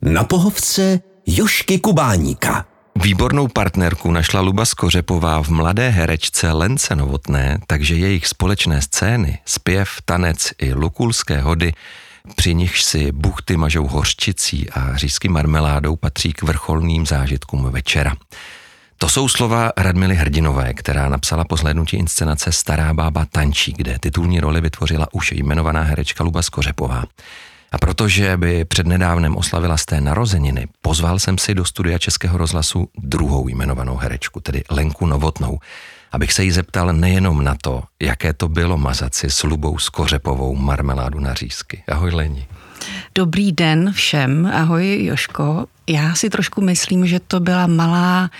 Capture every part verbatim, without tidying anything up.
Na pohovce Jožky Kubáníka. Výbornou partnerku našla Luba Skořepová v mladé herečce Lence Novotné, takže jejich společné scény, zpěv, tanec i lukulské hody, při nichž si buchty mažou hořčicí a řízky marmeládou, patří k vrcholným zážitkům večera. To jsou slova Radmily Hrdinové, která napsala po zhlédnutí inscenace Stará bába tančí, kde titulní roli vytvořila už jmenovaná herečka Luba Skořepová. A protože by přednedávnem oslavila sté narozeniny, pozval jsem si do studia Českého rozhlasu druhou jmenovanou herečku, tedy Lenku Novotnou, abych se jí zeptal nejenom na to, jaké to bylo mazat si s Lubou Skořepovou marmeládu na řízky. Ahoj, Leni. Dobrý den všem, ahoj Jožko. Já si trošku myslím, že to byla malá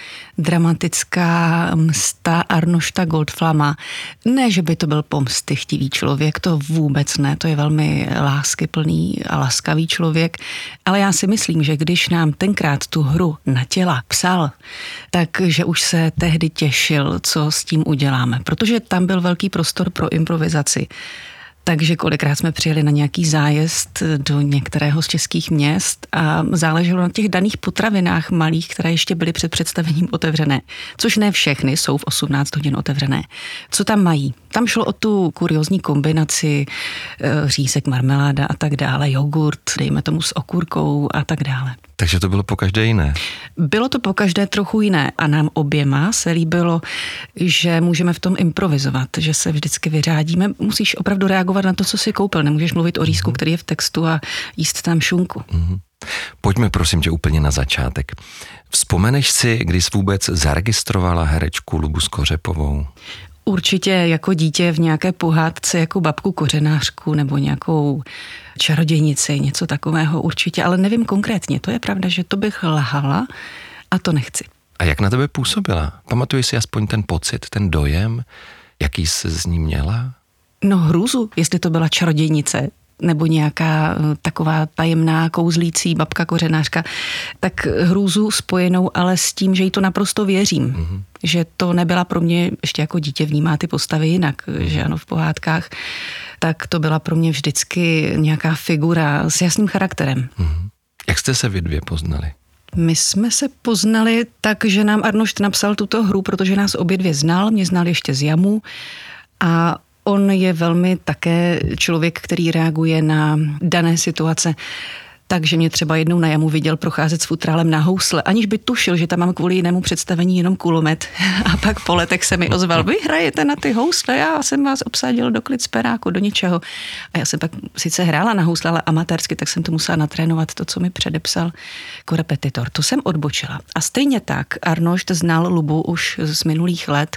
dramatická msta Arnošta Goldflama. Ne, že by to byl pomstychtivý člověk, to vůbec ne, to je velmi láskyplný a laskavý člověk, ale já si myslím, že když nám tenkrát tu hru na těla psal, takže už se tehdy těšil, co s tím uděláme, protože tam byl velký prostor pro improvizaci. Takže kolikrát jsme přijeli na nějaký zájezd do některého z českých měst a záleželo na těch daných potravinách malých, které ještě byly před představením otevřené. Což ne všechny jsou v osmnáct hodin otevřené. Co tam mají? Tam šlo o tu kuriózní kombinaci řízek, marmeláda a tak dále, jogurt, dejme tomu s okurkou a tak dále. Takže to bylo pokaždé jiné? Bylo to pokaždé trochu jiné a nám oběma se líbilo, že můžeme v tom improvizovat, že se vždycky vyřádíme. Musíš opravdu reagovat na to, co jsi koupil. Nemůžeš mluvit o rýzku, který je v textu a jíst tam šunku. Mm-hmm. Pojďme prosím tě úplně na začátek. Vzpomeneš si, kdy jsi vůbec zaregistrovala herečku Lubu Skořepovou? Určitě jako dítě v nějaké pohádce jako babku kořenářku nebo nějakou čarodějnici, něco takového určitě, ale nevím konkrétně. To je pravda, že to bych lhala a to nechci. A jak na tebe působila? Pamatuješ si aspoň ten pocit, ten dojem, jaký jsi z ní měla? No hrůzu, jestli to byla čarodějnice nebo nějaká taková tajemná kouzlící babka kořenářka, tak hrůzu spojenou ale s tím, že jí to naprosto věřím. Mm-hmm. Že to nebyla pro mě, ještě jako dítě vnímá ty postavy jinak, mm-hmm. že ano, v pohádkách, tak to byla pro mě vždycky nějaká figura s jasným charakterem. Mm-hmm. Jak jste se vy dvě poznali? My jsme se poznali tak, že nám Arnošt napsal tuto hru, protože nás obě dvě znal, mě znal ještě z Jamu a on je velmi také člověk, který reaguje na dané situace. Takže mě třeba jednou na Jamu viděl procházet s futrálem na housle, aniž by tušil, že tam mám kvůli jinému představení jenom kulomet. A pak po letech se mi ozval, vy hrajete na ty housle, já jsem vás obsadil do klitsperáku, do něčeho. A já jsem pak sice hrála na housle, ale amatérsky, tak jsem to musela natrénovat, to, co mi předepsal jako repetitor. To jsem odbočila. A stejně tak Arnošt znal Lubu už z minulých let,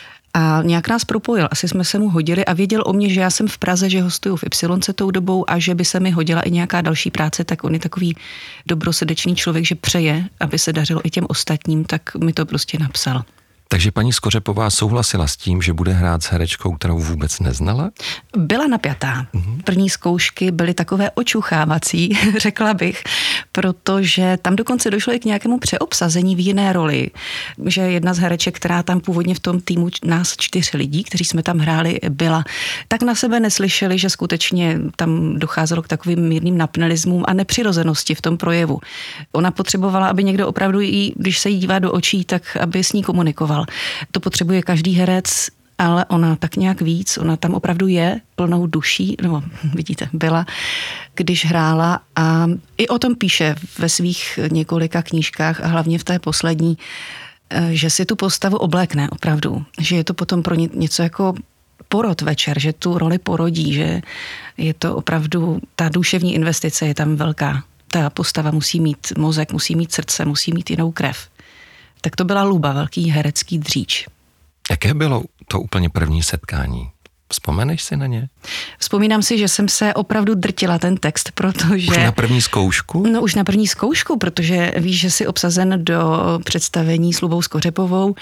a nějak nás propojil, asi jsme se mu hodili a věděl o mě, že já jsem v Praze, že hostuju v Y tou dobou a že by se mi hodila i nějaká další práce, tak on je takový dobrosrdečný člověk, že přeje, aby se dařilo i těm ostatním, tak mi to prostě napsal. Takže paní Skořepová souhlasila s tím, že bude hrát s herečkou, kterou vůbec neznala? Byla napjatá. Mm-hmm. První zkoušky byly takové očuchávací, řekla bych, protože tam dokonce došlo i k nějakému přeobsazení v jiné roli, že jedna z hereček, která tam původně v tom týmu nás čtyř lidí, kteří jsme tam hráli, byla, tak na sebe neslyšeli, že skutečně tam docházelo k takovým mírným napnelismům a nepřirozenosti v tom projevu. Ona potřebovala, aby někdo opravdu jí, když se jí dívá do očí, tak aby s ní komunikoval. To potřebuje každý herec, ale ona tak nějak víc, ona tam opravdu je plnou duší, no vidíte, byla, když hrála a i o tom píše ve svých několika knížkách a hlavně v té poslední, že si tu postavu oblékne opravdu, že je to potom pro ně něco jako porod večer, že tu roli porodí, že je to opravdu, ta duševní investice je tam velká. Ta postava musí mít mozek, musí mít srdce, musí mít jinou krev. Tak to byla Luba, velký herecký dříč. Jaké bylo to úplně první setkání? Vzpomeneš si na ně? Vzpomínám si, že jsem se opravdu drtila ten text, protože... Už na první zkoušku? No už na první zkoušku, protože víš, že jsi obsazen do představení s Lubou Skořepovou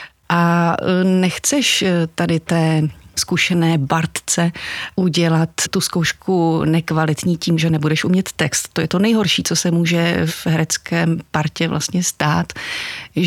a nechceš tady té zkušené Bartce udělat tu zkoušku nekvalitní tím, že nebudeš umět text. To je to nejhorší, co se může v hereckém partě vlastně stát, že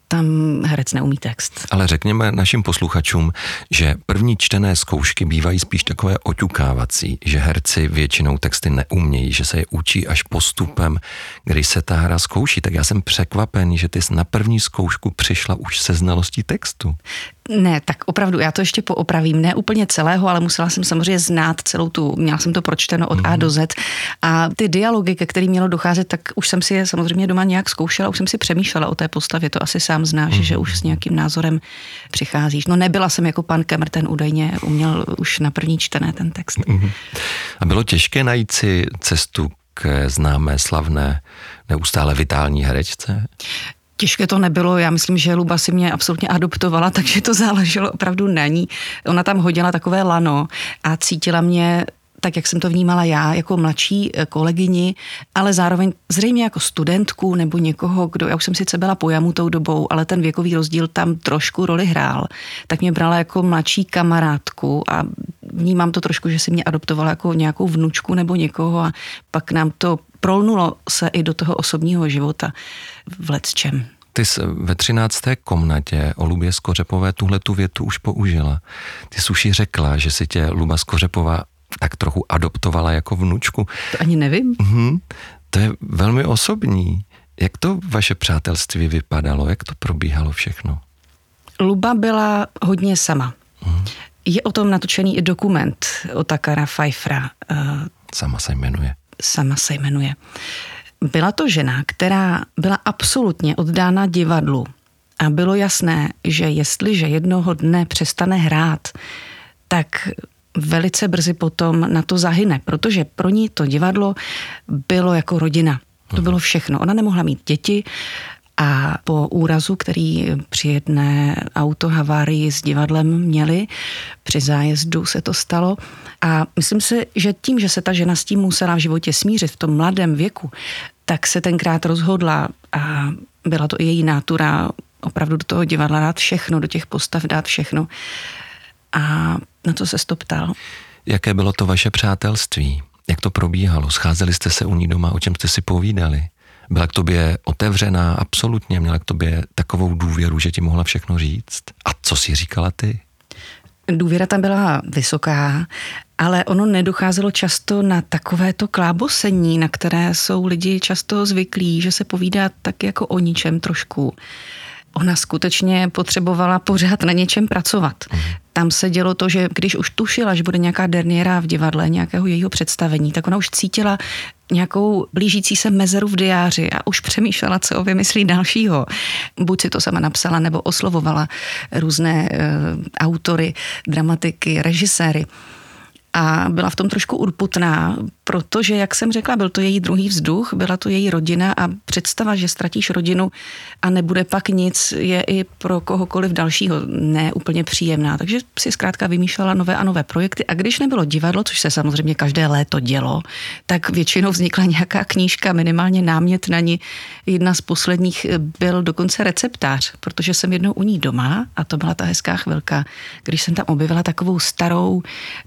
tam herec neumí text. Ale řekněme našim posluchačům, že první čtené zkoušky bývají spíš takové oťukávací, že herci většinou texty neumějí, že se je učí až postupem, když se ta hra zkouší. Tak já jsem překvapený, že ty jsi na první zkoušku přišla už se znalostí textu. Ne, tak opravdu, já to ještě poopravím, ne úplně celého, ale musela jsem samozřejmě znát celou tu, měla jsem to pročteno od mm. A do Z a ty dialogy, ke kterým mělo docházet, tak už jsem si je samozřejmě doma nějak zkoušela, už jsem si přemýšlela o té postavě, to asi sám znáš, mm. že už s nějakým názorem přicházíš. No nebyla jsem jako pan Kemr, ten údajně uměl už na první čtené ten text. Mm. A bylo těžké najít si cestu k známé, slavné, neustále vitální herečce? Těžké to nebylo, já myslím, že Luba si mě absolutně adoptovala, takže to záleželo opravdu na ní. Ona tam hodila takové lano a cítila mě tak, jak jsem to vnímala já, jako mladší kolegyni, ale zároveň zřejmě jako studentku nebo někoho, kdo, já už jsem sice byla po jamu tou dobou, ale ten věkový rozdíl tam trošku roli hrál, tak mě brala jako mladší kamarádku a vnímám to trošku, že si mě adoptovala jako nějakou vnučku nebo někoho a pak nám to prolnulo se i do toho osobního života v lecčem. Ty jsi ve třinácté komnatě o Lubě Skořepové tuhle tu větu už použila. Ty jsi už jí řekla, že si tě Luba Skořepová tak trochu adoptovala jako vnučku. To ani nevím. Mhm, to je velmi osobní. Jak to vaše přátelství vypadalo? Jak to probíhalo všechno? Luba byla hodně sama. Mhm. Je o tom natočený i dokument Ottakara Pfeiffera. Sama se jmenuje. Sama se jmenuje. Byla to žena, která byla absolutně oddána divadlu a bylo jasné, že jestliže jednoho dne přestane hrát, tak velice brzy potom na to zahyne, protože pro ní to divadlo bylo jako rodina. To bylo všechno. Ona nemohla mít děti a po úrazu, který při jedné autohavárii s divadlem měli, při zájezdu se to stalo. A myslím si, že tím, že se ta žena s tím musela v životě smířit v tom mladém věku, tak se tenkrát rozhodla a byla to i její nátura opravdu do toho divadla dát všechno, do těch postav dát všechno. A na co se stoptal? Jaké bylo to vaše přátelství? Jak to probíhalo? Scházeli jste se u ní doma? O čem jste si povídali? Byla k tobě otevřená absolutně? Měla k tobě takovou důvěru, že ti mohla všechno říct? A co si říkala ty? Důvěra tam byla vysoká, ale ono nedocházelo často na takovéto klábosení, na které jsou lidi často zvyklí, že se povídá tak jako o ničem trošku. Ona skutečně potřebovala pořád na něčem pracovat. Mm. Tam se dělo to, že když už tušila, že bude nějaká derniéra v divadle, nějakého jejího představení, tak ona už cítila nějakou blížící se mezeru v diáři a už přemýšlela, co vymyslí dalšího. Buď si to sama napsala, nebo oslovovala různé e, autory, dramatiky, režiséry. A byla v tom trošku urputná, protože, jak jsem řekla, byl to její druhý vzduch, byla to její rodina a představa, že ztratíš rodinu a nebude pak nic, je i pro kohokoliv dalšího ne úplně příjemná. Takže si zkrátka vymýšlela nové a nové projekty a když nebylo divadlo, což se samozřejmě každé léto dělo, tak většinou vznikla nějaká knížka, minimálně námět na ní. Jedna z posledních byl dokonce receptář, protože jsem jednou u ní doma a to byla ta hezká chvilka, když jsem tam objevila takovou starou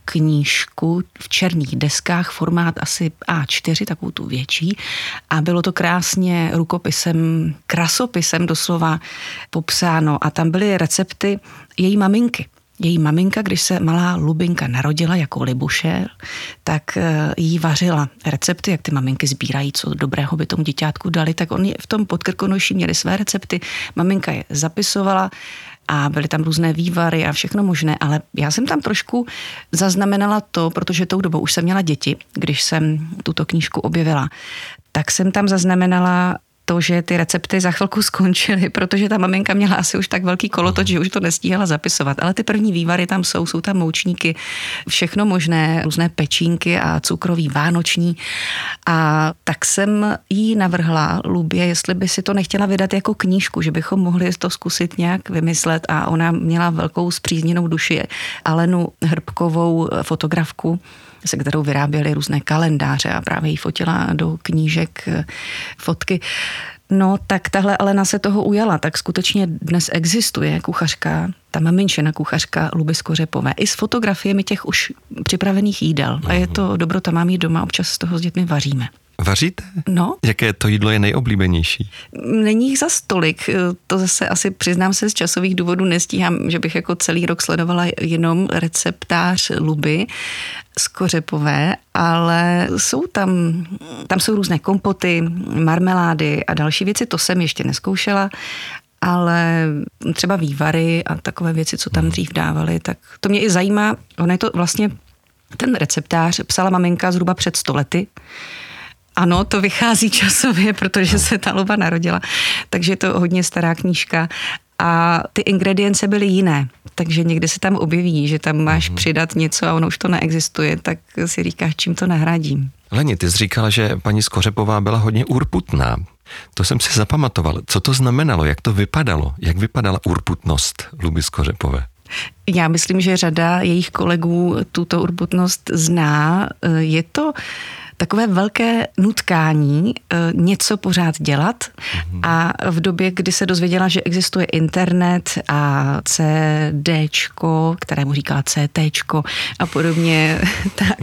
knížku v černých deskách, formát asi á čtyři, takovou tu větší. A bylo to krásně rukopisem, krasopisem doslova popsáno. A tam byly recepty její maminky. Její maminka, když se malá Lubinka narodila jako Libuše, tak jí vařila recepty, jak ty maminky sbírají, co dobrého by tomu děťátku dali, tak oni v tom Podkrkonoší měli své recepty. Maminka je zapisovala a byly tam různé vývary a všechno možné, ale já jsem tam trošku zaznamenala to, protože tou dobou už jsem měla děti, když jsem tuto knížku objevila, tak jsem tam zaznamenala to, že ty recepty za chvilku skončily, protože ta maminka měla asi už tak velký kolotoč, že už to nestíhala zapisovat. Ale ty první vývary tam jsou, jsou tam moučníky, všechno možné, různé pečínky a cukroví vánoční. A tak jsem jí navrhla Lubě, jestli by si to nechtěla vydat jako knížku, že bychom mohli to zkusit nějak vymyslet a ona měla velkou spřízněnou duši Alenu Hrbkovou, fotografku, se kterou vyráběli různé kalendáře a právě jí fotila do knížek fotky. No tak tahle Alena se toho ujala, tak skutečně dnes existuje kuchařka, ta maminčina kuchařka Luby Skořepové, i s fotografiemi těch už připravených jídel. A je to dobrota, mám ji doma, občas z toho s dětmi vaříme. Vaříte? No. Jaké to jídlo je nejoblíbenější? Není jich za stolik. To zase asi přiznám se z časových důvodů nestíhám, že bych jako celý rok sledovala jenom receptář Luby Skořepové, ale jsou tam, tam jsou různé kompoty, marmelády a další věci, to jsem ještě neskoušela, ale třeba vývary a takové věci, co tam dřív dávali, tak to mě i zajímá. Ono je to vlastně, ten receptář psala maminka zhruba před sto lety. Ano, to vychází časově, protože se ta Luba narodila, takže je to hodně stará knížka. A ty ingredience byly jiné, takže někde se tam objeví, že tam máš mm. přidat něco a ono už to neexistuje, tak si říkáš, čím to nahradím. Leni, ty jsi říkala, že paní Skořepová byla hodně urputná. To jsem si zapamatoval. Co to znamenalo? Jak to vypadalo? Jak vypadala urputnost Luby Skořepové? Já myslím, že řada jejich kolegů tuto urputnost zná. Je to takové velké nutkání něco pořád dělat a v době, kdy se dozvěděla, že existuje internet a CDčko, kterému říkala CTčko a podobně, tak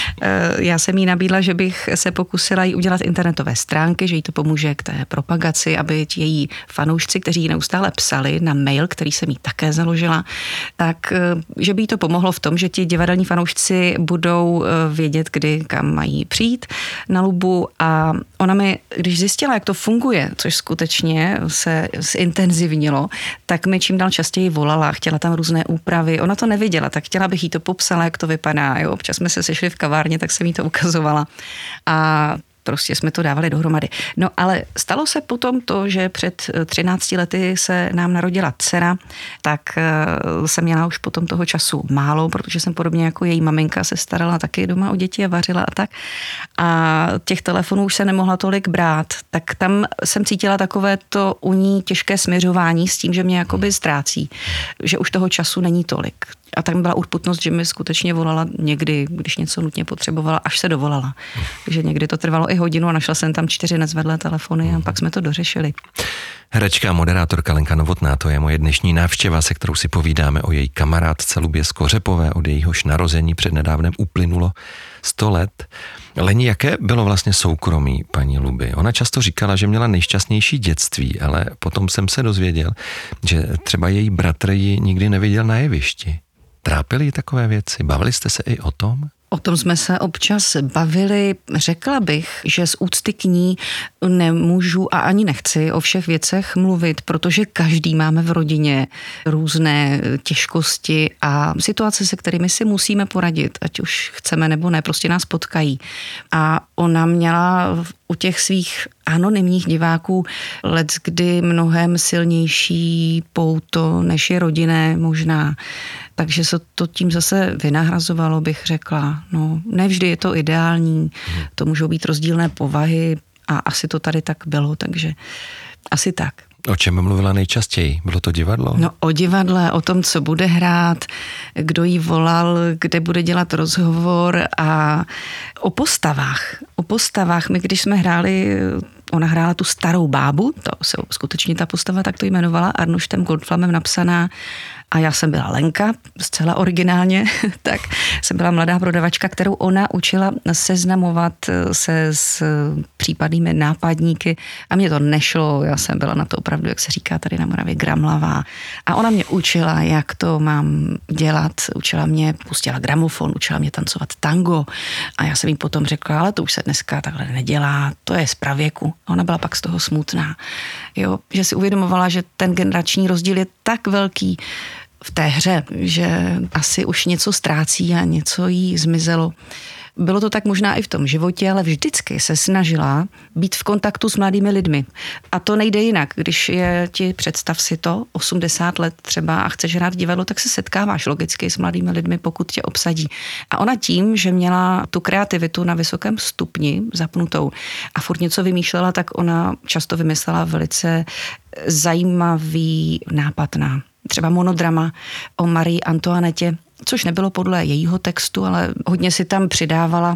já jsem jí nabídla, že bych se pokusila jí udělat internetové stránky, že jí to pomůže k té propagaci, aby její fanoušci, kteří jí neustále psali na mail, který jsem jí také založila, tak že by jí to pomohlo v tom, že ti divadelní fanoušci budou vědět, kdy kam mají přijít na Lubu a ona mi, když zjistila, jak to funguje, což skutečně se zintenzivnilo, tak mi čím dál častěji volala, chtěla tam různé úpravy, ona to neviděla, tak chtěla bych jí to popsala, jak to vypadá, jo, občas jsme se sešli v kavárně, tak jsem jí to ukazovala a prostě jsme to dávali dohromady. No ale stalo se potom to, že před třinácti lety se nám narodila dcera, tak jsem měla už potom toho času málo, protože jsem podobně jako její maminka se starala taky doma o děti a vařila a tak. A těch telefonů už se nemohla tolik brát, tak tam jsem cítila takové to u ní těžké směřování s tím, že mě jakoby ztrácí, že už toho času není tolik. A tam byla urputnost, že mi skutečně volala někdy, když něco nutně potřebovala, až se dovolala. Takže někdy to trvalo i hodinu a našla jsem tam čtyři nezvedlé telefony a pak jsme to dořešili. Herečka a moderátorka Lenka Novotná, to je moje dnešní návštěva, se kterou si povídáme o její kamarádce Lubě Skořepové, od jejíhož narození přednedávnem uplynulo sto let. Leni, jaké bylo vlastně soukromí paní Luby? Ona často říkala, že měla nejšťastnější dětství, ale potom jsem se dozvěděl, že třeba její bratr ji nikdy neviděl na jevišti. Trápily ji takové věci? Bavili jste se i o tom? O tom jsme se občas bavili. Řekla bych, že z úcty k ní nemůžu a ani nechci o všech věcech mluvit, protože každý máme v rodině různé těžkosti a situace, se kterými si musíme poradit, ať už chceme nebo ne, prostě nás potkají. A ona měla u těch svých anonymních diváků leckdy mnohem silnější pouto, než je rodinné možná. Takže se to tím zase vynahrazovalo, bych řekla. No, nevždy je to ideální, to můžou být rozdílné povahy a asi to tady tak bylo, takže asi tak. O čem mluvila nejčastěji? Bylo to divadlo? No o divadle, o tom, co bude hrát, kdo jí volal, kde bude dělat rozhovor a o postavách. O postavách. My, když jsme hráli, ona hrála tu starou bábu, to se skutečně ta postava tak to jmenovala, Arnoštem Goldflamem napsaná, a já jsem byla Lenka, zcela originálně, tak jsem byla mladá prodavačka, kterou ona učila seznamovat se s případnými nápadníky a mě to nešlo, já jsem byla na to opravdu, jak se říká tady na Moravě, gramlavá. A ona mě učila, jak to mám dělat, učila mě, pustila gramofon, učila mě tancovat tango a já jsem jí potom řekla, ale to už se dneska takhle nedělá, to je z pravěku. A ona byla pak z toho smutná, jo, že si uvědomovala, že ten generační rozdíl je tak velký v té hře, že asi už něco ztrácí a něco jí zmizelo. Bylo to tak možná i v tom životě, ale vždycky se snažila být v kontaktu s mladými lidmi. A to nejde jinak. Když je ti, představ si to, osmdesát let třeba a chceš hrát divadlo, tak se setkáváš logicky s mladými lidmi, pokud tě obsadí. A ona tím, že měla tu kreativitu na vysokém stupni zapnutou a furt něco vymýšlela, tak ona často vymyslela velice zajímavý nápad na třeba monodrama o Marii Antoinetě, což nebylo podle jejího textu, ale hodně si tam přidávala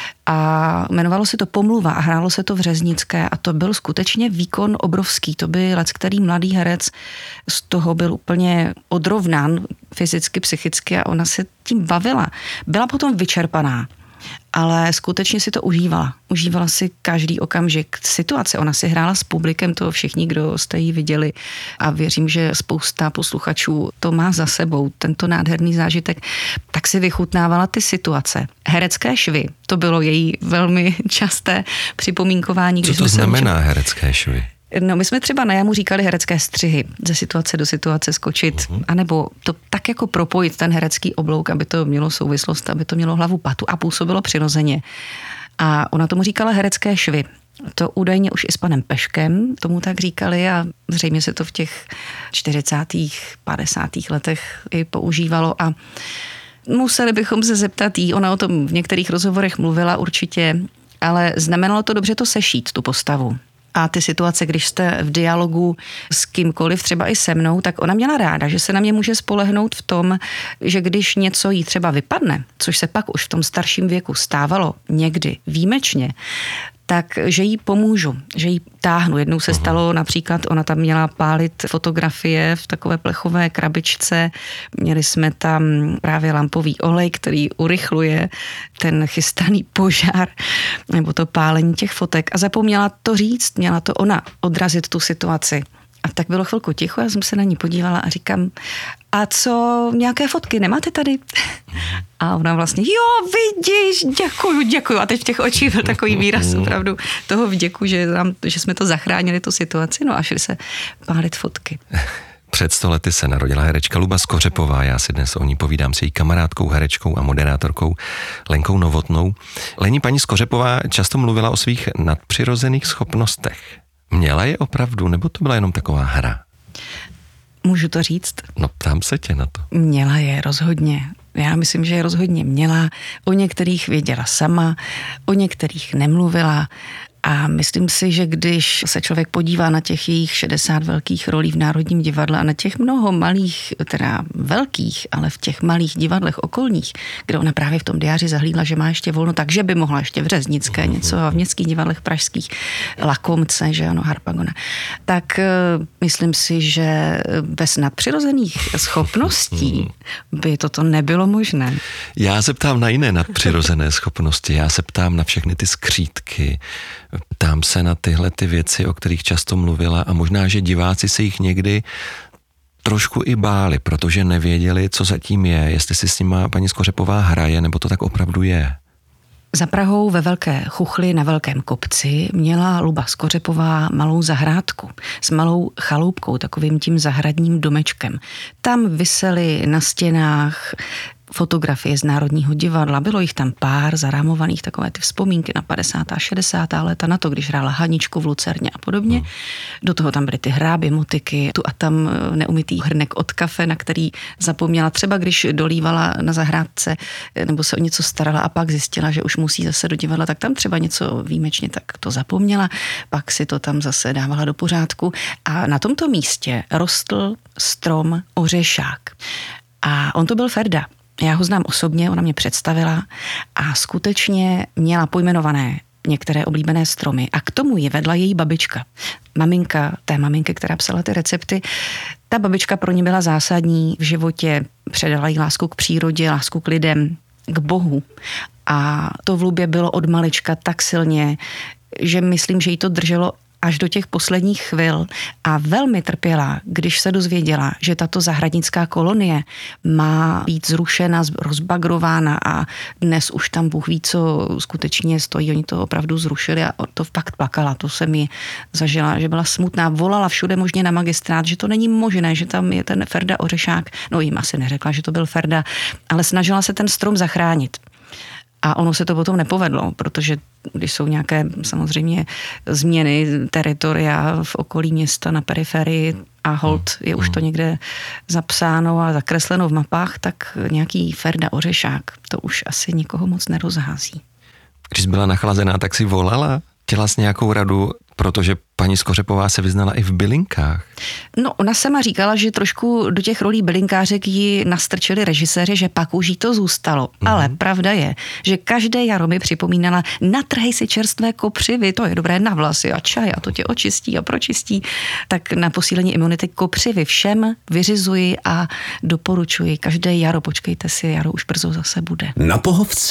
a jmenovalo se to Pomluva a hrálo se to v Řeznické a to byl skutečně výkon obrovský. To by leckterý mladý herec z toho byl úplně odrovnán fyzicky, psychicky a ona se tím bavila. Byla potom vyčerpaná. ale skutečně si to užívala. Užívala si každý okamžik situace. Ona si hrála s publikem, to všichni, kdo jste ji viděli, a věřím, že spousta posluchačů to má za sebou, tento nádherný zážitek, tak si vychutnávala ty situace. Herecké švy, to bylo její velmi časté připomínkování. Co to znamená učil... herecké švy? No, my jsme třeba na jamu říkali herecké střihy, ze situace do situace skočit, uh-huh. anebo to tak jako propojit ten herecký oblouk, aby to mělo souvislost, aby to mělo hlavu, patu a působilo přirozeně. A ona tomu říkala herecké švy. To údajně už i s panem Peškem tomu tak říkali a zřejmě se to v těch čtyřicátých, padesátých letech i používalo a museli bychom se zeptat jí, ona o tom v některých rozhovorech mluvila určitě, ale znamenalo to dobře to sešít, tu postavu. A ty situace, když jste v dialogu s kýmkoliv, třeba i se mnou, tak ona měla ráda, že se na mě může spolehnout v tom, že když něco jí třeba vypadne, což se pak už v tom starším věku stávalo někdy výjimečně, tak že jí pomůžu, že jí táhnu. Jednou se stalo například, ona tam měla pálit fotografie v takové plechové krabičce, měli jsme tam právě lampový olej, který urychluje ten chystaný požár nebo to pálení těch fotek a zapomněla to říct, měla to ona odrazit tu situaci. A tak bylo chvilku ticho, já jsem se na ní podívala a říkám, a co, nějaké fotky nemáte tady? A ona vlastně, jo, vidíš, děkuju, děkuju. A teď v těch očích byl takový výraz opravdu toho vděku, že, nám, že jsme to zachránili, tu situaci, no a šli se pálit fotky. Před sto lety se narodila herečka Luba Skořepová, já si dnes o ní povídám s její kamarádkou, herečkou a moderátorkou Lenkou Novotnou. Lení, paní Skořepová často mluvila o svých nadpřirozených schopnostech. Měla je opravdu, nebo to byla jenom taková hra? Můžu to říct? No, ptám se tě na to. Měla je rozhodně. Já myslím, že je rozhodně měla. O některých věděla sama, o některých nemluvila. A myslím si, že když se člověk podívá na těch jejich šedesát velkých rolí v Národním divadle a na těch mnoho malých, teda velkých, ale v těch malých divadlech okolních, kde ona právě v tom diáři zahlídla, že má ještě volno, takže by mohla ještě v Řeznické něco a v městských divadlech pražských, Lakomce, že ano, Harpagona. Tak uh, myslím si, že bez nadpřirozených schopností by toto nebylo možné. Já se ptám na jiné nadpřirozené schopnosti, já se ptám na všechny ty skřítky, ptám se na tyhle ty věci, o kterých často mluvila a možná, že diváci se jich někdy trošku i báli, protože nevěděli, co zatím je, jestli si s nima paní Skořepová hraje, nebo to tak opravdu je. Za Prahou ve Velké Chuchli na Velkém kopci měla Luba Skořepová malou zahrádku s malou chaloupkou, takovým tím zahradním domečkem. Tam visely na stěnách fotografie z Národního divadla, bylo jich tam pár zarámovaných, takové ty vzpomínky na padesátá, šedesátá léta, na to, když hrála Haničku v Lucerně a podobně. Hmm. Do toho tam byly ty hráby, motiky, tu a tam neumytý hrnek od kafe, na který zapomněla třeba, když dolívala na zahrádce nebo se o něco starala a pak zjistila, že už musí zase do divadla, tak tam třeba něco výjimečně tak to zapomněla, pak si to tam zase dávala do pořádku a na tomto místě rostl strom ořešák. A on to byl Ferda. Já ho znám osobně, ona mě představila a skutečně měla pojmenované některé oblíbené stromy a k tomu je vedla její babička. Maminka té maminky, která psala ty recepty, ta babička pro ní byla zásadní v životě, předala jí lásku k přírodě, lásku k lidem, k Bohu a to v Lubě bylo od malička tak silně, že myslím, že jí to drželo až do těch posledních chvil a velmi trpěla, když se dozvěděla, že tato zahradnická kolonie má být zrušena, rozbagrována a dnes už tam Bůh ví, co skutečně stojí. Oni to opravdu zrušili a to fakt plakala. To se mi zažila, že byla smutná. Volala všude možně na magistrát, že to není možné, že tam je ten Ferda Ořešák. No jim asi neřekla, že to byl Ferda, ale snažila se ten strom zachránit. A ono se to potom nepovedlo, protože když jsou nějaké samozřejmě změny teritoria v okolí města na periferii a hold je už to někde zapsáno a zakresleno v mapách, tak nějaký Ferda Ořešák to už asi nikoho moc nerozhází. Když byla nachlazená, tak si volala? Chtěla jsi nějakou radu, protože paní Skořepová se vyznala i v bylinkách. No, ona sama říkala, že trošku do těch rolí bylinkářek ji nastrčili režiséři, že pak už jí to zůstalo. Mm. Ale pravda je, že každé jaro mi připomínala, natrhej si čerstvé kopřivy, to je dobré na vlasy a čaj a to tě očistí a pročistí. Tak na posílení imunity kopřivy všem vyřizuji a doporučuji. Každé jaro, počkejte si, jaro už brzo zase bude. Na pohovce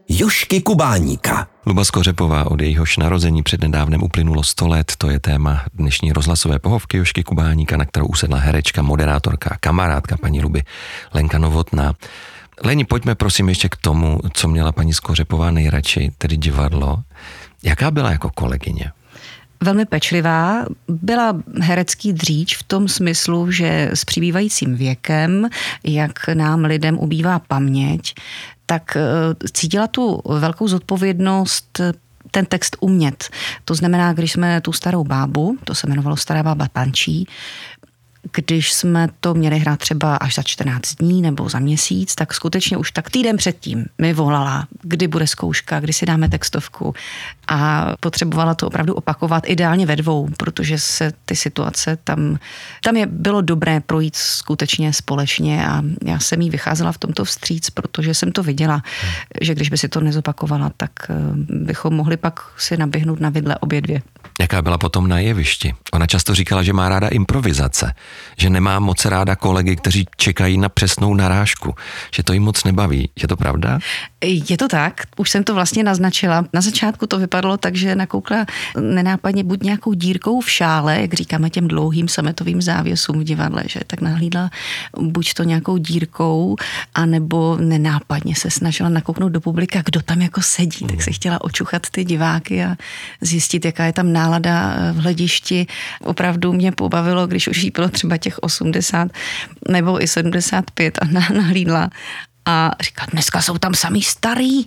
Jožky Kubáníka. Luba Skořepová, od jejíhož narození přednedávnem uplynulo sto let, to je téma dnešní rozhlasové pohovky Jožky Kubáníka, na kterou usedla herečka, moderátorka, kamarádka paní Luby Lenka Novotná. Leni, pojďme prosím ještě k tomu, co měla paní Skořepová nejradši, tedy divadlo. Jaká byla jako kolegyně? Velmi pečlivá, byla herecký dříč v tom smyslu, že s přibývajícím věkem, jak nám lidem ubývá paměť, tak cítila tu velkou zodpovědnost ten text umět. To znamená, když jsme tu starou bábu, to se jmenovalo Stará bába Pančí, když jsme to měli hrát třeba až za čtrnáct dní nebo za měsíc, tak skutečně už tak týden předtím mi volala, kdy bude zkouška, kdy si dáme textovku a potřebovala to opravdu opakovat ideálně ve dvou, protože se ty situace tam, tam je bylo dobré projít skutečně společně a já jsem jí vycházela v tomto vstříc, protože jsem to viděla, že když by si to nezopakovala, tak bychom mohli pak si naběhnout na vidle obě dvě. Jaká byla potom na jevišti? Ona často říkala, že má ráda improvizace, že nemá moc ráda kolegy, kteří čekají na přesnou narážku, že to jí moc nebaví. Je to pravda? Je to tak, už jsem to vlastně naznačila. Na začátku to vypadalo tak, že nakoukla nenápadně buď nějakou dírkou v šále, jak říkáme těm dlouhým sametovým závěsům v divadle, že tak nahlídla buď to nějakou dírkou, anebo nenápadně se snažila nakouknout do publika, kdo tam jako sedí, tak se chtěla očuchat ty diváky a zjistit, jaká je tam nálada v hledišti. Opravdu mě pobavilo, když už jí bylo třeba těch osmdesát nebo i sedmdesát pět a nahlídla a říká, dneska jsou tam samý starý.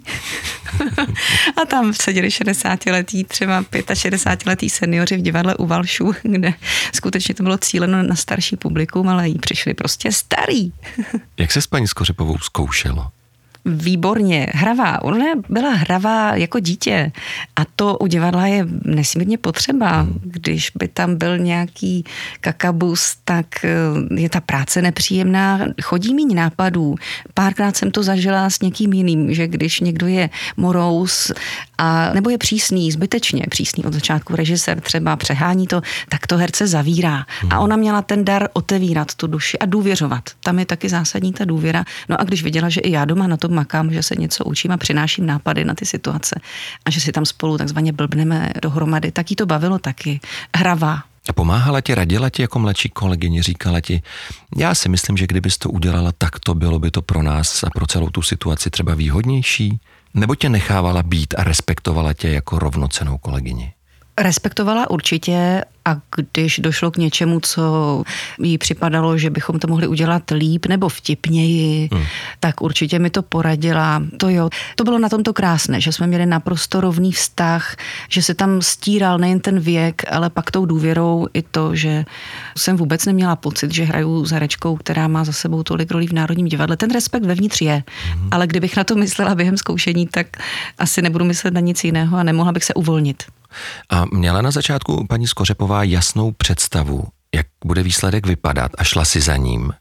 A tam seděli šedesátiletí, třeba šedesátiletí seniori v divadle u Valšů, kde skutečně to bylo cíleno na starší publikum, ale jí přišli prostě starý. Jak se s paní Skořepovou zkoušelo? Výborně, hravá. Ona byla hravá jako dítě a to u divadla je nesmírně potřeba. Když by tam byl nějaký kakabus, tak je ta práce nepříjemná. Chodí míň nápadů. Párkrát jsem to zažila s někým jiným, že když někdo je morous a nebo je přísný, zbytečně přísný od začátku, režisér třeba přehání to, tak to herce zavírá. A ona měla ten dar otevírat tu duši a důvěřovat. Tam je taky zásadní ta důvěra. No a když viděla, že i já doma na to makám, že se něco učím a přináším nápady na ty situace a že si tam spolu takzvaně blbneme dohromady, tak jí to bavilo taky. Hravá. A pomáhala ti, radila ti jako mladší kolegyně, říkala ti, já si myslím, že kdybys to udělala takto, bylo by to pro nás a pro celou tu situaci třeba výhodnější? Nebo tě nechávala být a respektovala tě jako rovnocennou kolegyni? Respektovala určitě a když došlo k něčemu, co jí připadalo, že bychom to mohli udělat líp nebo vtipněji, hmm. tak určitě mi to poradila. To jo, to bylo na tomto krásné, že jsme měli naprosto rovný vztah, že se tam stíral nejen ten věk, ale pak tou důvěrou i to, že jsem vůbec neměla pocit, že hraju s herečkou, která má za sebou tolik rolí v Národním divadle. Ten respekt vevnitř je, hmm. ale kdybych na to myslela během zkoušení, tak asi nebudu myslet na nic jiného a nemohla bych se uvolnit. A měla na začátku paní Skořepová jasnou představu, jak bude výsledek vypadat a šla si za ním?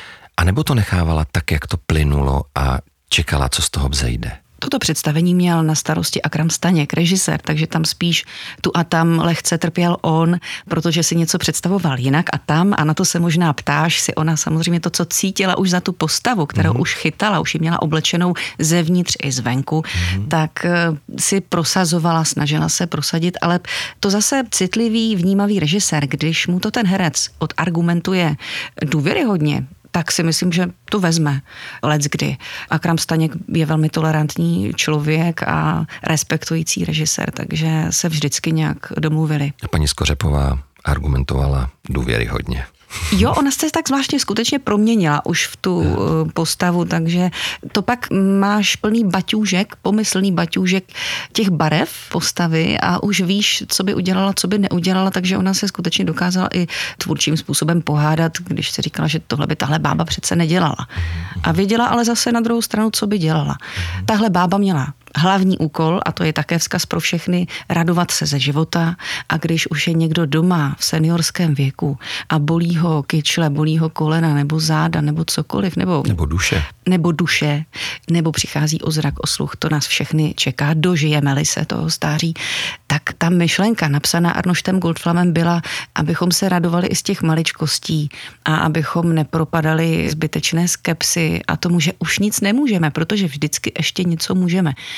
A nebo to nechávala tak, jak to plynulo a čekala, co z toho vzejde? Toto představení měl na starosti Akram Staněk, režisér, takže tam spíš tu a tam lehce trpěl on, protože si něco představoval jinak a tam, a na to se možná ptáš, si ona samozřejmě to, co cítila už za tu postavu, kterou mm. už chytala, už ji měla oblečenou zevnitř i zvenku, mm. tak si prosazovala, snažila se prosadit, ale to zase citlivý, vnímavý režisér, když mu to ten herec odargumentuje důvěryhodně, tak si myslím, že to vezme leckdy. Akram Staněk je velmi tolerantní člověk a respektující režisér, takže se vždycky nějak domluvili. A paní Skořepová argumentovala důvěryhodně. Jo, ona se tak zvláštně skutečně proměnila už v tu uh, postavu, takže to pak máš plný baťůžek, pomyslný baťůžek těch barev postavy a už víš, co by udělala, co by neudělala, takže ona se skutečně dokázala i tvůrčím způsobem pohádat, když se říkala, že tohle by tahle bába přece nedělala. A věděla ale zase na druhou stranu, co by dělala. Tahle bába měla hlavní úkol, a to je také vzkaz pro všechny, radovat se ze života a když už je někdo doma v seniorském věku a bolí ho kyčle, bolí ho kolena nebo záda nebo cokoliv, nebo, nebo duše, nebo duše, nebo přichází o zrak, o sluch, to nás všechny čeká, dožijeme-li se toho stáří, tak ta myšlenka napsaná Arnoštem Goldflamem byla, abychom se radovali i z těch maličkostí a abychom nepropadali zbytečné skepsy a tomu, že už nic nemůžeme, protože vždycky ještě něco můžeme.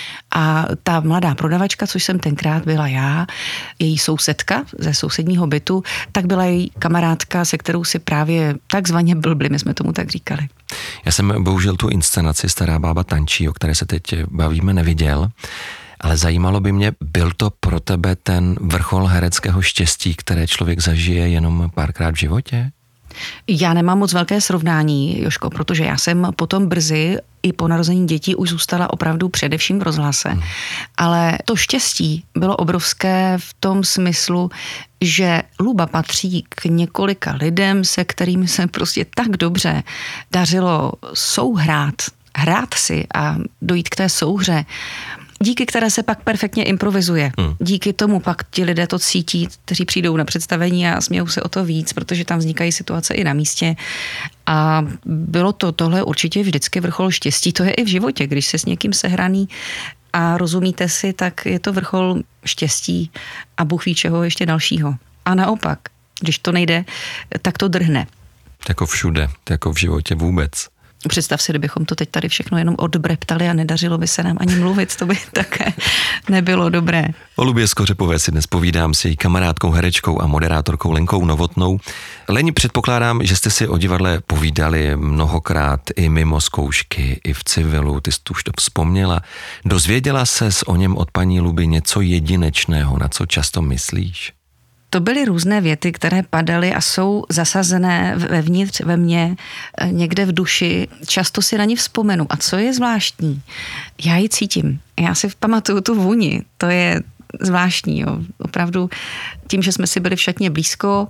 A ta mladá prodavačka, což jsem tenkrát byla já, její sousedka ze sousedního bytu, tak byla její kamarádka, se kterou si právě takzvaně blbli, my jsme tomu tak říkali. Já jsem bohužel tu inscenaci Stará bába tančí, o které se teď bavíme, neviděl, ale zajímalo by mě, byl to pro tebe ten vrchol hereckého štěstí, které člověk zažije jenom párkrát v životě? Já nemám moc velké srovnání, Jožko, protože já jsem potom brzy i po narození dětí už zůstala opravdu především v rozhlase. Hmm. Ale to štěstí bylo obrovské v tom smyslu, že Luba patří k několika lidem, se kterými se prostě tak dobře dařilo souhrát, hrát si a dojít k té souhře, díky které se pak perfektně improvizuje. Hmm. Díky tomu pak ti lidé to cítí, kteří přijdou na představení a smějou se o to víc, protože tam vznikají situace i na místě. A bylo to tohle určitě vždycky vrchol štěstí. To je i v životě, když se s někým sehraný a rozumíte si, tak je to vrchol štěstí a Bůh ví čeho ještě dalšího. A naopak, když to nejde, tak to drhne. Jako všude, jako v životě vůbec. Představ si, kdybychom to teď tady všechno jenom odbreptali a nedařilo by se nám ani mluvit, to by také nebylo dobré. O Lubě Skořepové si dnes povídám s její kamarádkou, herečkou a moderátorkou Lenkou Novotnou. Leni, předpokládám, že jste si o divadle povídali mnohokrát i mimo zkoušky, i v civilu, ty jsi už to vzpomněla. Dozvěděla ses o něm od paní Luby něco jedinečného, na co často myslíš? To byly různé věty, které padaly a jsou zasazené vevnitř ve mně, někde v duši. Často si na ní vzpomenu. A co je zvláštní? Já ji cítím. Já si pamatuju tu vůni. To je zvláštní. Jo. Opravdu tím, že jsme si byli v šatně blízko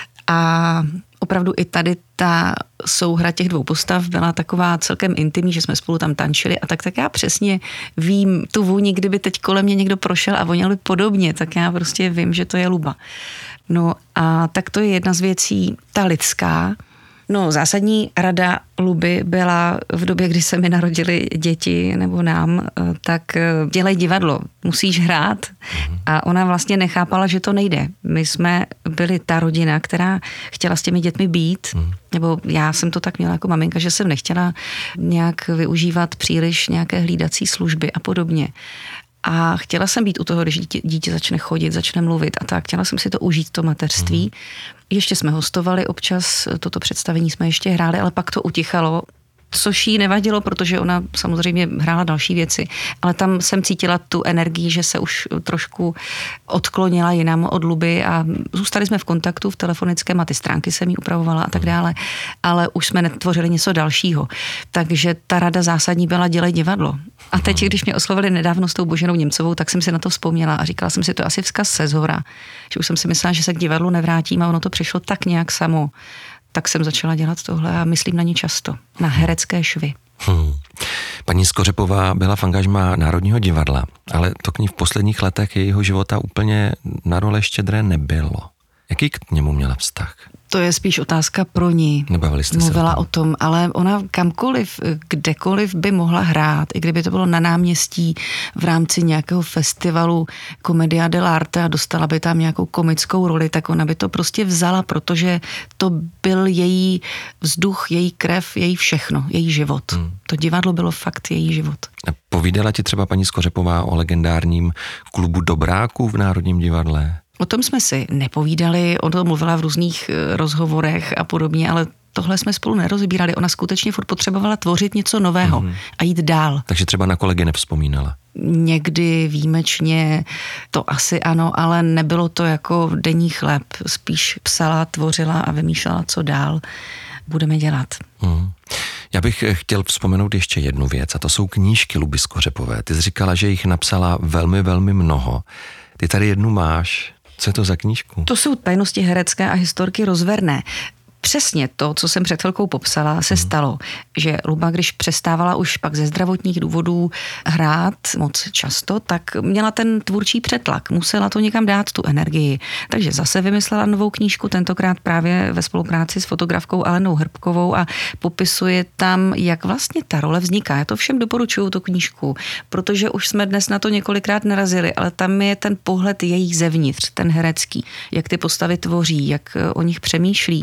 a opravdu i tady ta souhra těch dvou postav byla taková celkem intimní, že jsme spolu tam tančili a tak, tak já přesně vím tu vůni, kdyby teď kolem mě někdo prošel a voněl by podobně, tak já prostě vím, že to je Luba. No a tak to je jedna z věcí, ta lidská. No zásadní rada Luby byla v době, kdy se mi narodili děti nebo nám, tak dělej divadlo, musíš hrát. A ona vlastně nechápala, že to nejde. My jsme byli ta rodina, která chtěla s těmi dětmi být, nebo já jsem to tak měla jako maminka, že jsem nechtěla nějak využívat příliš nějaké hlídací služby a podobně. A chtěla jsem být u toho, když dítě, dítě začne chodit, začne mluvit a tak. Chtěla jsem si to užít, to mateřství. Mm. Ještě jsme hostovali občas, toto představení jsme ještě hráli, ale pak to utichalo, což jí nevadilo, protože ona samozřejmě hrála další věci, ale tam jsem cítila tu energii, že se už trošku odklonila jinam od Luby a zůstali jsme v kontaktu v telefonickém a ty stránky jsem jí upravovala a tak dále, ale už jsme netvořili něco dalšího. Takže ta rada zásadní byla dělej divadlo. A teď, když mě oslovili nedávno s tou Boženou Němcovou, tak jsem si na to vzpomněla a říkala jsem si to asi vzkaz se zhora, že už jsem si myslela, že se k divadlu nevrátím a ono to přišlo tak nějak samo. Tak jsem začala dělat tohle a myslím na ní často, na herecké švy. Hmm. Paní Skořepová byla v angažmá Národního divadla, ale to k ní v posledních letech jejího života úplně na role štědré nebylo. Jaký k němu měla vztah? To je spíš otázka pro ní. Nebavili jste se Mluvila o tom, ale ona kamkoliv, kdekoliv by mohla hrát, i kdyby to bylo na náměstí v rámci nějakého festivalu Commedia dell'arte a dostala by tam nějakou komickou roli, tak ona by to prostě vzala, protože to byl její vzduch, její krev, její všechno, její život. Hmm. To divadlo bylo fakt její život. A povídala ti třeba paní Skořepová o legendárním klubu dobráků v Národním divadle? O tom jsme si nepovídali, o tom mluvila v různých rozhovorech a podobně, ale tohle jsme spolu nerozbírali. Ona skutečně furt potřebovala tvořit něco nového mm. a jít dál. Takže třeba na kolegy nevzpomínala? Někdy výjimečně to asi ano, ale nebylo to jako denní chléb. Spíš psala, tvořila a vymýšlela, co dál budeme dělat. Mm. Já bych chtěl vzpomenout ještě jednu věc a to jsou knížky Luby Skořepové. Ty jsi říkala, že jich napsala velmi, velmi mnoho. Ty tady jednu máš. Co je to za knížku? To jsou Tajnosti herecké a historky rozverné. Přesně to, co jsem před chvilkou popsala, se stalo, že Luba, když přestávala už pak ze zdravotních důvodů hrát moc často, tak měla ten tvůrčí přetlak, musela to někam dát, tu energii. Takže zase vymyslela novou knížku, tentokrát právě ve spolupráci s fotografkou Alenou Hrbkovou a popisuje tam, jak vlastně ta role vzniká. Já to všem doporučuju, tu knížku, protože už jsme dnes na to několikrát narazili, ale tam je ten pohled její zevnitř, ten herecký, jak ty postavy tvoří, jak o nich přemýšlí, jak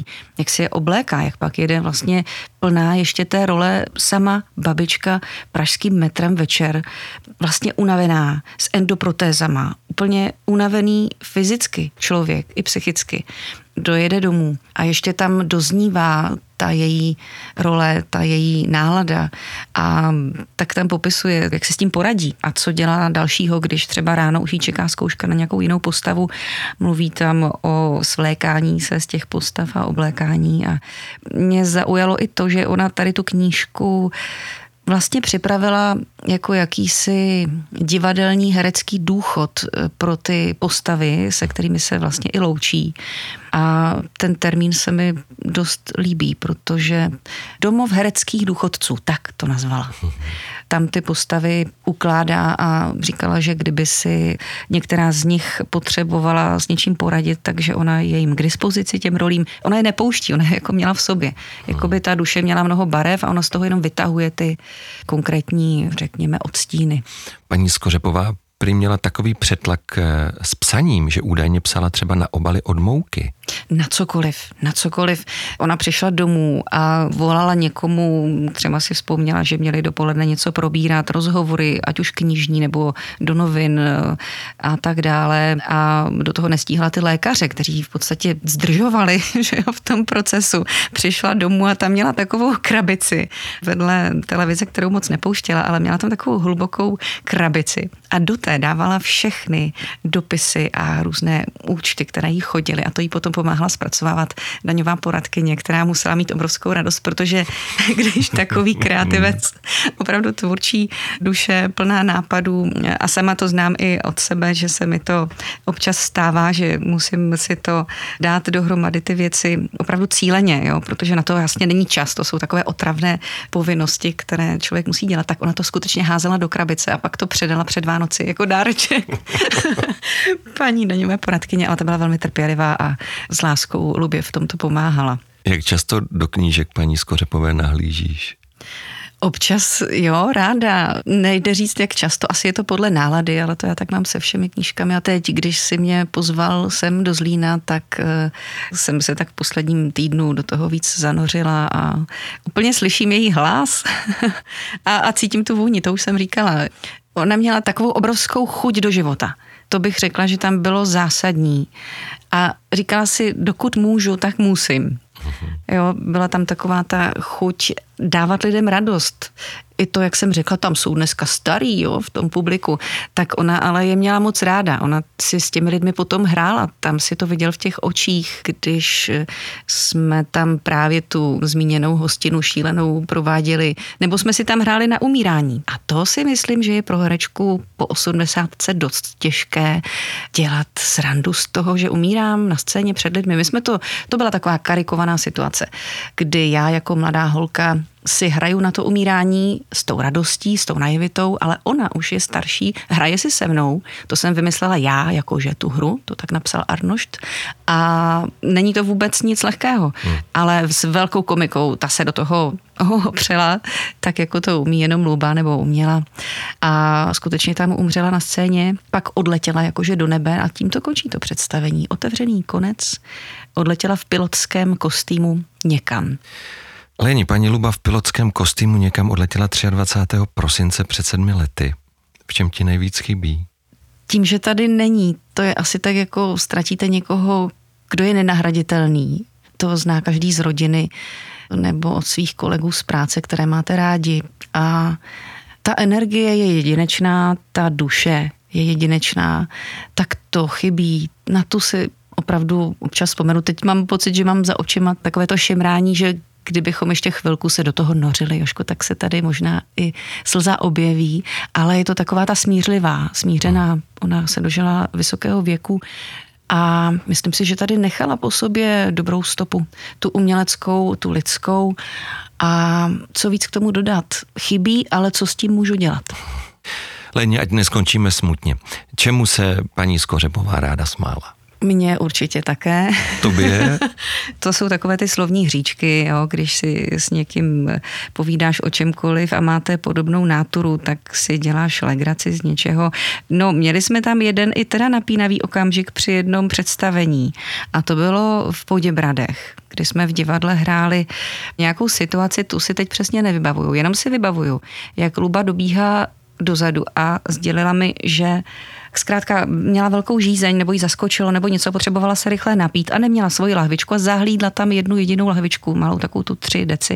jak si je obléká, jak pak jede vlastně plná ještě té role sama babička pražským metrem večer, vlastně unavená, s endoprotézama, úplně unavený fyzicky člověk i psychicky, dojede domů a ještě tam doznívá ta její role, ta její nálada a tak tam popisuje, jak se s tím poradí a co dělá dalšího, když třeba ráno už jí čeká zkouška na nějakou jinou postavu. Mluví tam o svlékání se z těch postav a oblékání a mě zaujalo i to, že ona tady tu knížku vlastně připravila jako jakýsi divadelní herecký důchod pro ty postavy, se kterými se vlastně i loučí. A ten termín se mi dost líbí, protože domov hereckých důchodců, tak to nazvala. Tam ty postavy ukládá a říkala, že kdyby si některá z nich potřebovala s něčím poradit, takže ona je jim k dispozici těm rolím. Ona je nepouští, ona je jako měla v sobě. Jakoby ta duše měla mnoho barev a ona z toho jenom vytahuje ty konkrétní, řekněme, odstíny. Paní Skořepová prý měla takový přetlak s psaním, že údajně psala třeba na obaly od mouky. Na cokoliv, na cokoliv. Ona přišla domů a volala někomu, třeba si vzpomněla, že měli dopoledne něco probírat, rozhovory, ať už knižní nebo do novin a tak dále. A do toho nestíhala ty lékaře, kteří v podstatě zdržovali že jo, v tom procesu. Přišla domů a tam měla takovou krabici vedle televize, kterou moc nepouštěla, ale měla tam takovou hlubokou krabici. A do té dávala všechny dopisy a různé účty, které jí chodily a to jí potom pomáhala zpracovávat daňová poradkyně, která musela mít obrovskou radost, protože když takový kreativec, opravdu tvůrčí duše, plná nápadů a sama to znám i od sebe, že se mi to občas stává, že musím si to dát dohromady ty věci opravdu cíleně, jo, protože na to vlastně není čas, to jsou takové otravné povinnosti, které člověk musí dělat, tak ona to skutečně házela do krabice a pak to předala před Vánoci jako dáreček paní daňové poradkyně, ale ta byla velmi trpělivá a s láskou Lubě v tomto pomáhala. Jak často do knížek paní Skořepové nahlížíš? Občas, jo, ráda. Nejde říct, jak často, asi je to podle nálady, ale to já tak mám se všemi knížkami. A teď, když si mě pozval sem do Zlína, tak uh, jsem se tak v posledním týdnu do toho víc zanořila a úplně slyším její hlas a, a cítím tu vůni, to už jsem říkala. Ona měla takovou obrovskou chuť do života. To bych řekla, že tam bylo zásadní. A říkala si, dokud můžu, tak musím. Jo, byla tam taková ta chuť dávat lidem radost. I to, jak jsem řekla, tam jsou dneska starý, jo, v tom publiku, tak ona ale je měla moc ráda. Ona si s těmi lidmi potom hrála, tam si to viděl v těch očích, když jsme tam právě tu zmíněnou hostinu šílenou prováděli, nebo jsme si tam hráli na umírání. A to si myslím, že je pro herečku po osmdesátce dost těžké dělat srandu z toho, že umírám na scéně před lidmi. My jsme to, to byla taková karikovaná situace, kdy já jako mladá holka si hraju na to umírání s tou radostí, s tou najevitou, ale ona už je starší, hraje si se mnou, to jsem vymyslela já, jakože tu hru, to tak napsal Arnošt a není to vůbec nic lehkého, hmm. ale s velkou komikou, ta se do toho opřela, tak jako to umí jenom Luba nebo uměla a skutečně tam umřela na scéně, pak odletěla jakože do nebe a tím to končí to představení. Otevřený konec, odletěla v pilotském kostýmu někam. Leni, paní Luba v pilotském kostýmu někam odletěla dvacátého třetího prosince před sedmi lety. V čem ti nejvíc chybí? Tím, že tady není, to je asi tak, jako ztratíte někoho, kdo je nenahraditelný. To zná každý z rodiny nebo od svých kolegů z práce, které máte rádi. A ta energie je jedinečná, ta duše je jedinečná, tak to chybí. Na tu si opravdu občas vzpomenu. Teď mám pocit, že mám za očima takové to šimrání, že kdybychom ještě chvilku se do toho nořili, Jožko, tak se tady možná i slza objeví, ale je to taková ta smířlivá, smířená, ona se dožila vysokého věku a myslím si, že tady nechala po sobě dobrou stopu, tu uměleckou, tu lidskou a co víc k tomu dodat. Chybí, ale co s tím můžu dělat? Leni, ať neskončíme smutně. Čemu se paní Skořepová ráda smála? Mně určitě také. Tobě? To jsou takové ty slovní hříčky, jo, když si s někým povídáš o čemkoliv a máte podobnou náturu, tak si děláš legraci z něčeho. No, měli jsme tam jeden i teda napínavý okamžik při jednom představení a to bylo v Poděbradech. kdy jsme v divadle hráli nějakou situaci, tu si teď přesně nevybavuju, jenom si vybavuju, jak Luba dobíhá dozadu a sdělila mi, že zkrátka měla velkou žízeň, nebo jí zaskočilo, nebo něco, potřebovala se rychle napít a neměla svoji lahvičku a zahlídla tam jednu jedinou lahvičku, malou takovou tu tři deci.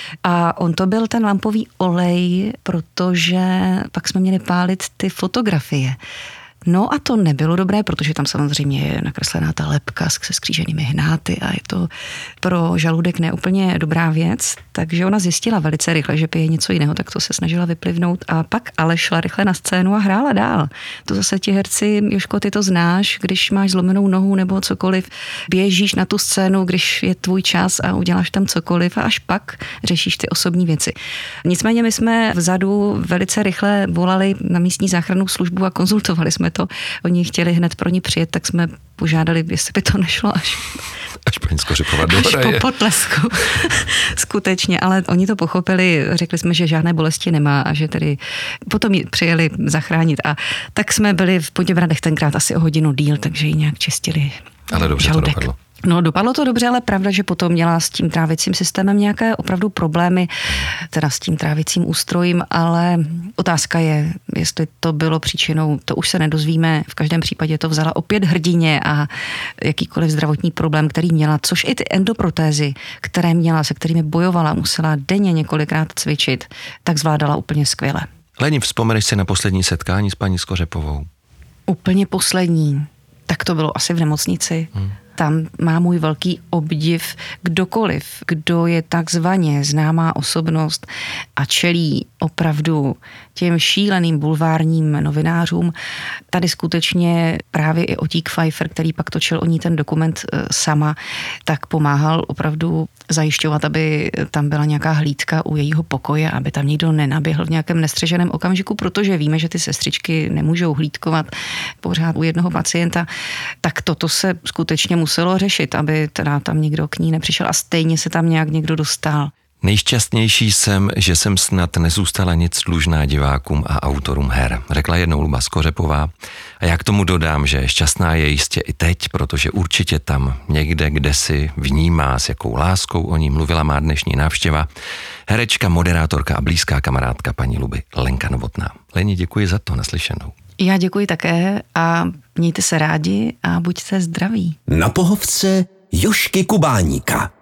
A on to byl ten lampový olej, protože pak jsme měli pálit ty fotografie. No a to nebylo dobré, protože tam samozřejmě je nakreslená ta lebka se skříženými hnáty a je to pro žaludek neúplně dobrá věc, takže ona zjistila velice rychle, že pije něco jiného, tak to se snažila vyplivnout a pak ale šla rychle na scénu a hrála dál. To zase ti herci, Jožko, ty to znáš, když máš zlomenou nohu nebo cokoliv, běžíš na tu scénu, když je tvůj čas a uděláš tam cokoliv a až pak řešíš ty osobní věci. Nicméně my jsme vzadu velice rychle volali na místní záchrannou službu a konzultovali jsme to. Oni chtěli hned pro ní přijet, tak jsme požádali, jestli by to nešlo až... Až paní Skořepová do Až po potlesku. Skutečně, ale oni to pochopili, řekli jsme, že žádné bolesti nemá a že tedy potom ji přijeli zachránit. A tak jsme byli v Poděbradech tenkrát asi o hodinu díl, takže ji nějak čistili. Ale dobře žaludek. To dopadlo. No, dopadlo to dobře, ale pravda, že potom měla s tím trávicím systémem nějaké opravdu problémy, teda s tím trávicím ústrojím, ale otázka je, jestli to bylo příčinou, to už se nedozvíme, v každém případě to vzala opět hrdině a jakýkoliv zdravotní problém, který měla, což i ty endoprotézy, které měla, se kterými bojovala, musela denně několikrát cvičit, tak zvládala úplně skvěle. Leni, vzpomeneš si na poslední setkání s paní Skořepovou? Úplně poslední, tak to bylo asi v nemocnici. Hmm. Tam má můj velký obdiv kdokoliv, kdo je takzvaně známá osobnost a čelí opravdu těm šíleným bulvárním novinářům. Tady skutečně právě i Otík Pfeiffer, který pak točil o ní ten dokument sama, tak pomáhal opravdu zajišťovat, aby tam byla nějaká hlídka u jejího pokoje, aby tam nikdo nenaběhl v nějakém nestřeženém okamžiku, protože víme, že ty sestřičky nemůžou hlídkovat pořád u jednoho pacienta. Tak toto se skutečně muselo řešit, aby teda tam někdo k ní nepřišel a stejně se tam nějak někdo dostal. Nejšťastnější jsem, že jsem snad nezůstala nic dlužná divákům a autorům her, řekla jednou Luba Skořepová. A já k tomu dodám, že šťastná je jistě i teď, protože určitě tam někde, kde si vnímá, s jakou láskou o ní mluvila má dnešní návštěva, herečka, moderátorka a blízká kamarádka paní Luby Lenka Novotná. Leni, děkuji za to, naslyšenou. Já děkuji také a mějte se rádi a buďte zdraví. Na pohovce Jožky Kubáníka.